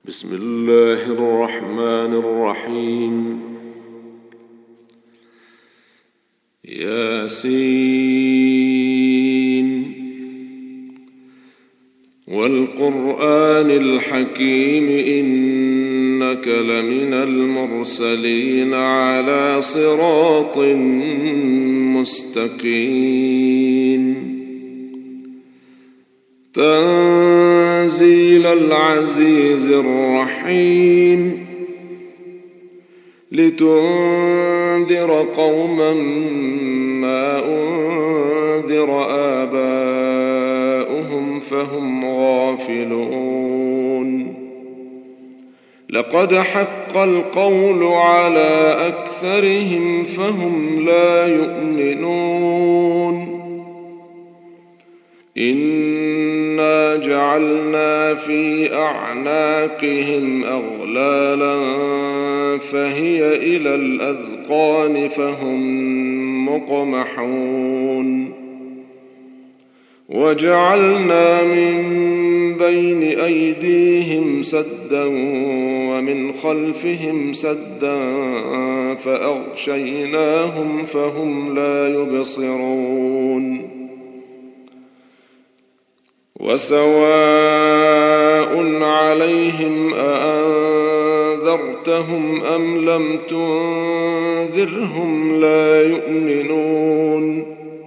بسم الله الرحمن الرحيم. ياسين والقرآن الحكيم إنك لمن المرسلين على صراط مستقيم تنزيل العزيز الرحيم لتنذر قوما ما أنذر آباؤهم فهم غافلون لقد حق القول على أكثرهم فهم لا يؤمنون إنا جعلنا في أعناقهم أغلالا فهي إلى الأذقان فهم مقمحون وجعلنا من بين أيديهم سدا ومن خلفهم سدا فأغشيناهم فهم لا يبصرون وسواء عليهم أأنذرتهم أم لم تنذرهم لا يؤمنون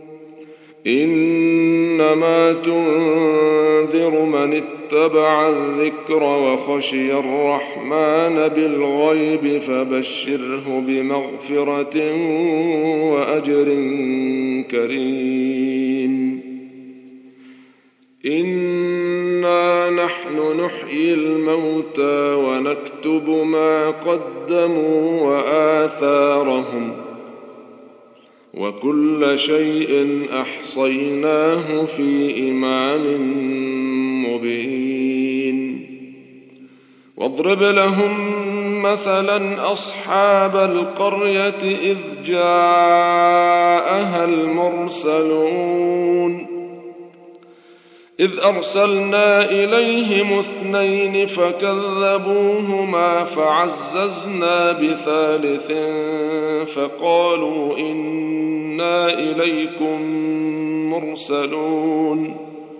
إنما تنذر من اتبع الذكر وخشي الرحمن بالغيب فبشره بمغفرة وأجر كريم إنا نحن نحيي الموتى ونكتب ما قدموا وآثارهم وكل شيء أحصيناه في إمام مبين واضرب لهم مثلا أصحاب القرية إذ جاءها المرسلون إذ أرسلنا إليهم 2 فكذبوهما فعززنا ب3 فقالوا إنا إليكم مرسلون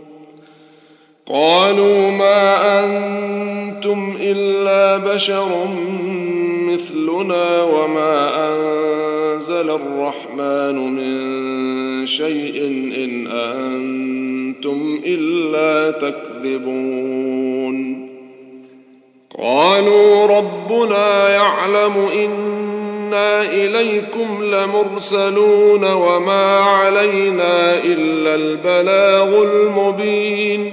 قالوا ما أنتم إلا بشر مثلنا وما أنزل الرحمن من شيء إن أنتم إلا تكذبون قالوا ربنا يعلم إنا إليكم لمرسلون وما علينا إلا البلاغ المبين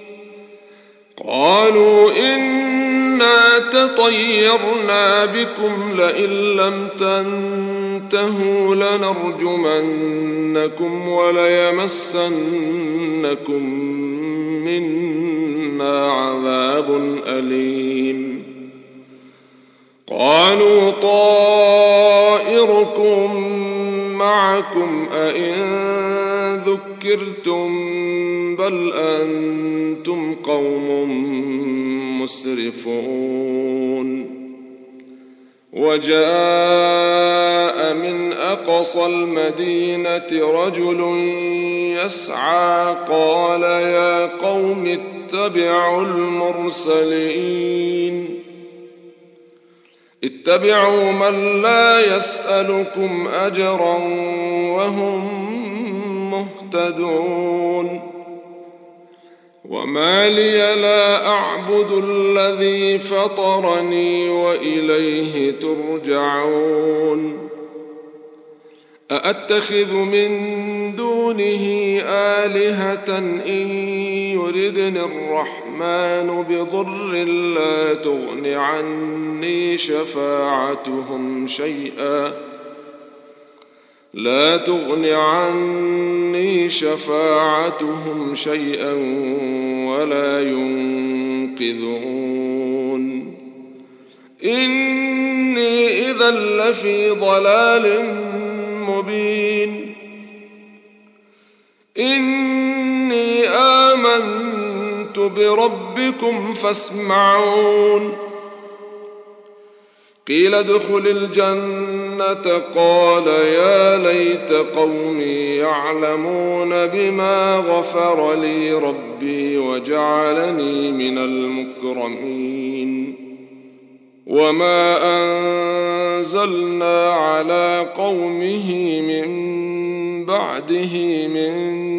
قالوا إنا تطيرنا بكم لئن لم تنتهوا لنرجمنكم وليمسنكم منا عذاب أليم قالوا طائركم معكم أئن ذكرتم بل أنتم قوم مسرفون وجاء من أقصى المدينة رجل يسعى قال يا قوم اتبعوا المرسلين اتبعوا من لا يسألكم أجرا وهم مهتدون وما لي لا أعبد الذي فطرني وإليه ترجعون أأتخذ من دونه آلهة إن يردني الرحمن بضر لا تغن عني شفاعتهم شيئا ولا ينقذون إني إذا لفي ضلال مبين إني آمنت بربكم فاسمعون قيل ادخل الجنة قال يا ليت قومي يعلمون بما غفر لي ربي وجعلني من المكرمين وما أنزلنا على قومه من بعده من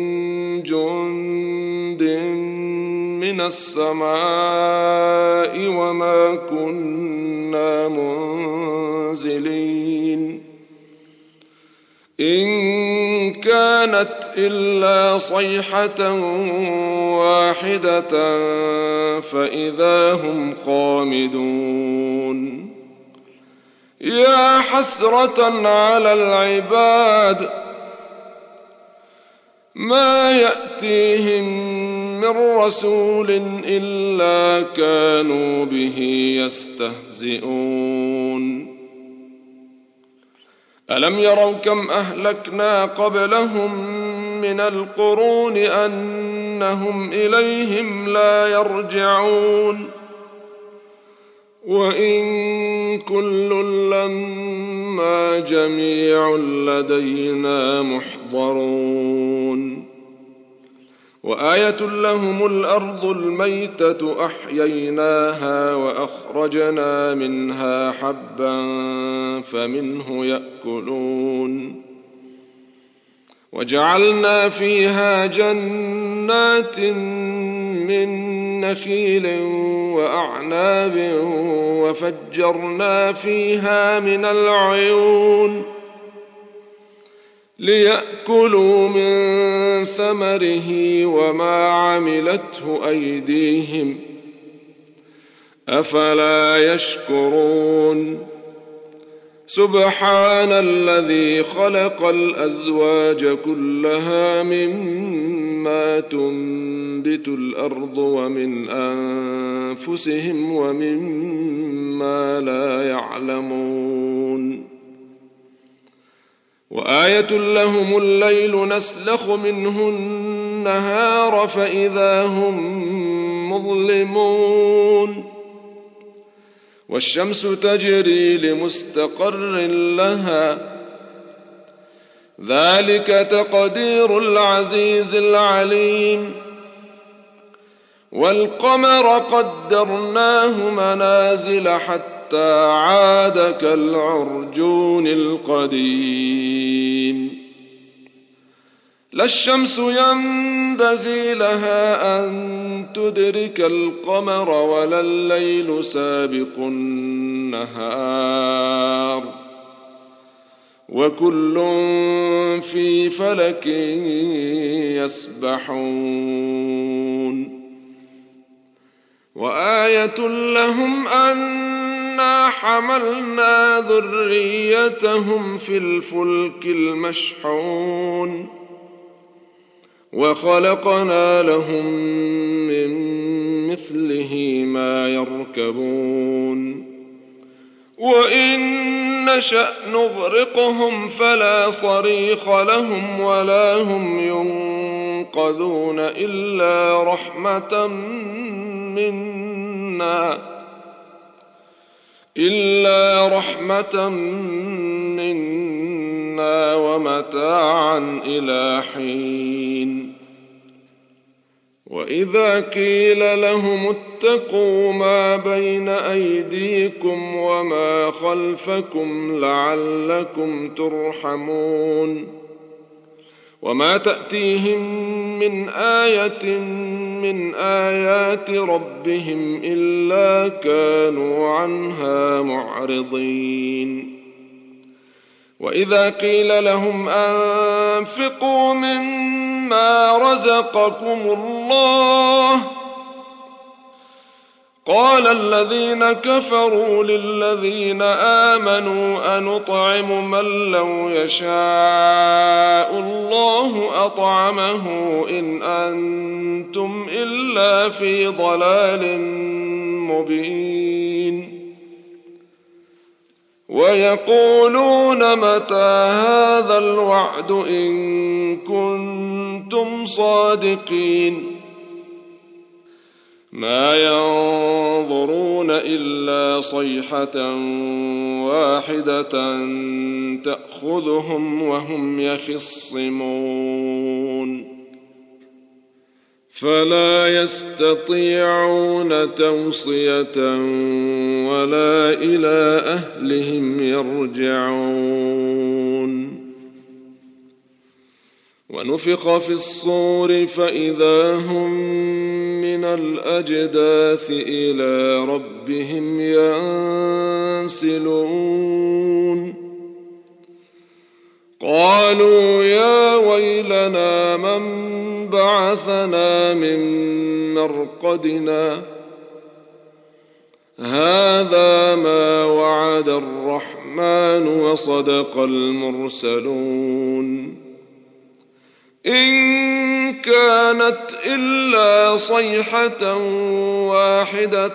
جند من السماء وما كنا منزلين إن كانت إلا صيحة واحدة فإذا هم خامدون يا حسرة على العباد ما يأتيهم من رسول إلا كانوا به يستهزئون ألم يروا كم أهلكنا قبلهم من القرون أنهم إليهم لا يرجعون وإن كل لما جميع لدينا محضرون وآية لهم الأرض الميتة أحييناها وأخرجنا منها حبا فمنه يأكلون وجعلنا فيها جنات من نخيل وأعناب وفجرنا فيها من العيون ليأكلوا من ثمره وما عملته أيديهم أفلا يشكرون سبحان الذي خلق الأزواج كلها مما تنبت الأرض ومن أنفسهم ومما لا يعلمون وآية لهم الليل نسلخ منه النهار فإذا هم مظلمون والشمس تجري لمستقر لها ذلك تقدير العزيز العليم والقمر قدرناه منازل حتى عاد كالعرجون القديم لا الشمس ينبغي لها أن تدرك القمر ولا الليل سابق النهار وكل في فلك يسبحون وآية لهم أنا حملنا ذريتهم في الفلك المشحون وخلقنا لهم من مثله ما يركبون وإن نشأ نغرقهم فلا صريخ لهم ولا هم ينقذون إلا رحمة منا ومتاعا إلى حين وإذا قيل لهم اتقوا ما بين أيديكم وما خلفكم لعلكم ترحمون وما تأتيهم من آية من آيات ربهم إلا كانوا عنها معرضين وإذا قيل لهم أنفقوا مما رزقكم الله قال الذين كفروا للذين آمنوا أنطعم من لو يشاء الله أطعمه إن أنتم إلا في ضلال مبين ويقولون متى هذا الوعد إن كنتم صادقين ما ينظرون إلا صيحة واحدة تأخذهم وهم يخصمون فلا يستطيعون توصية ولا إلى أهلهم يرجعون ونفخ في الصور فإذا هم من الأجداث إلى ربهم ينسلون قالوا يا ويلنا من بعثنا من مرقدنا هذا ما وعد الرحمن وصدق المرسلون إن كانت إلا صيحة واحدة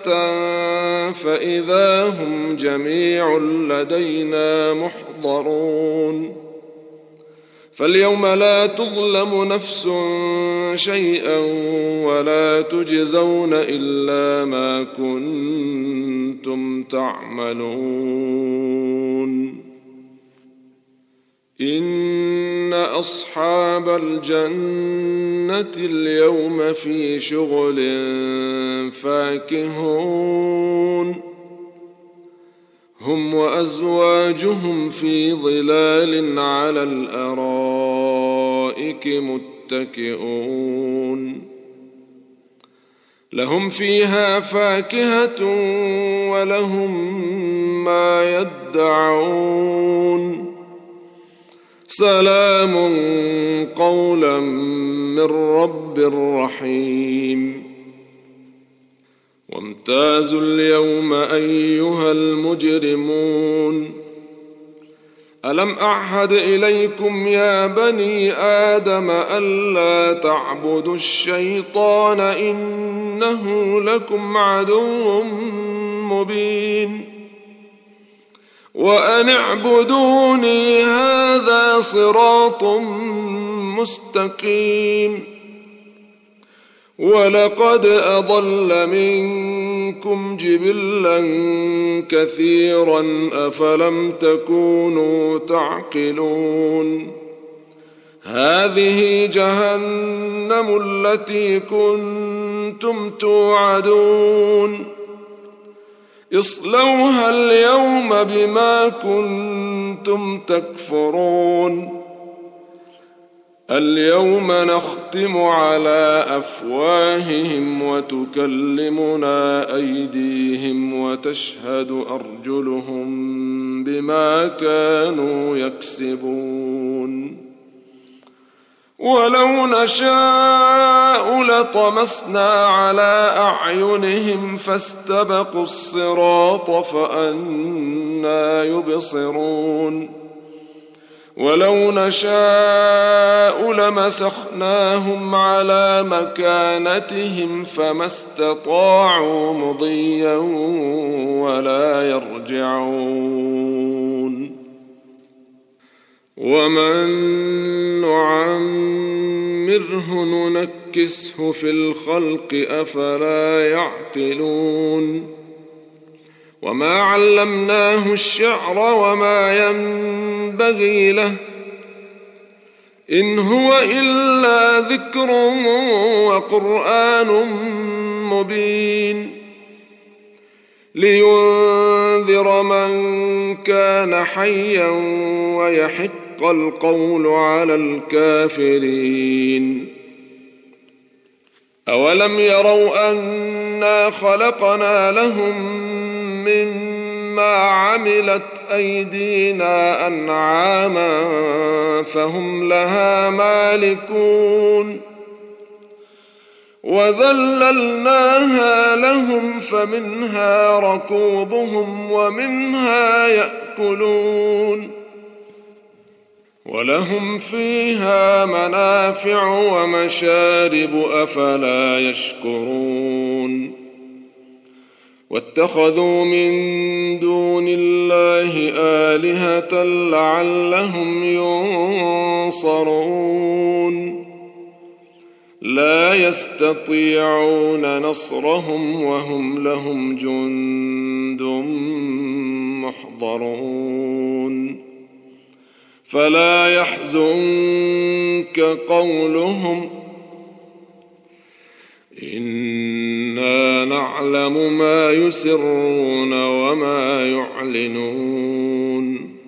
فإذا هم جميع لدينا محضرون فاليوم لا تظلم نفس شيئا ولا تجزون إلا ما كنتم تعملون إن أصحاب الجنة اليوم في شغل فاكهون هم وأزواجهم في ظلال على الأرائك متكئون لهم فيها فاكهة ولهم ما يدعون سلام قولا من رب رحيم وامتازوا اليوم أيها المجرمون ألم أعهد إليكم يا بني آدم ألا تعبدوا الشيطان إنه لكم عدو مبين وأن اعبدوني هذا صراط مستقيم ولقد أضل منكم جبلا كثيرا أفلم تكونوا تعقلون هذه جهنم التي كنتم توعدون اصلوها اليوم بما كنتم تكفرون اليوم نختم على أفواههم وتكلمنا أيديهم وتشهد أرجلهم بما كانوا يكسبون ولو نشاء لطمسنا على أعينهم فاستبقوا الصراط فأنى يبصرون ولو نشاء لمسخناهم على مكانتهم فما استطاعوا مضيا ولا يرجعون ومن نعمره ننكسه في الخلق أفلا يعقلون وما علمناه الشعر وما ينبغي له إن هو إلا ذكر وقرآن مبين لينذر من كان حيا ويحق القول على الكافرين أولم يروا أنا خلقنا لهم مما عملت أيدينا أنعاما فهم لها مالكون وذللناها لهم فمنها ركوبهم ومنها يأكلون ولهم فيها منافع ومشارب أفلا يشكرون واتخذوا من دون الله آلهة لعلهم ينصرون لا يستطيعون نصرهم وهم لهم جند محضرون فلا يحزنك قولهم إنا نعلم ما يسرون وما يعلنون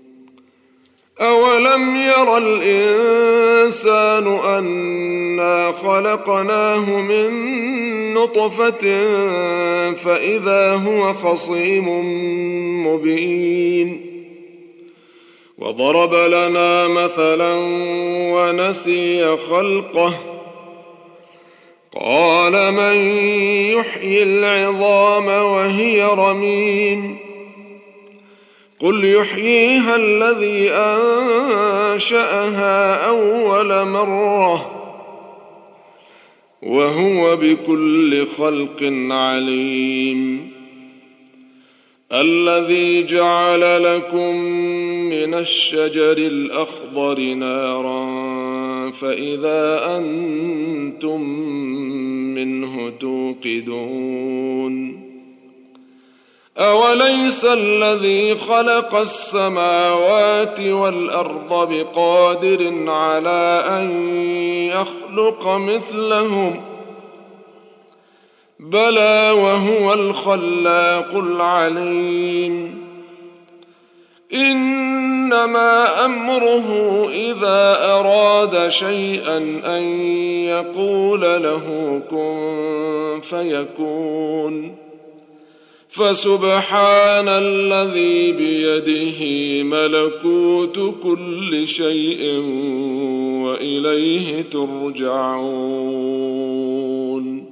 أولم ير الإنسان أنا خلقناه من نطفة فإذا هو خصيم مبين وضرب لنا مثلا ونسي خلقه قال من يحيي العظام وهي رميم قل يحييها الذي أنشأها أول مرة وهو بكل خلق عليم الذي جعل لكم من الشجر الأخضر نارا فإذا أنتم منه توقدون أوليس الذي خلق السماوات والأرض بقادر على أن يخلق مثلهم بلى وهو الخلاق العليم إنما أمره إذا أراد شيئا أن يقول له كن فيكون فسبحان الذي بيده ملكوت كل شيء وإليه ترجعون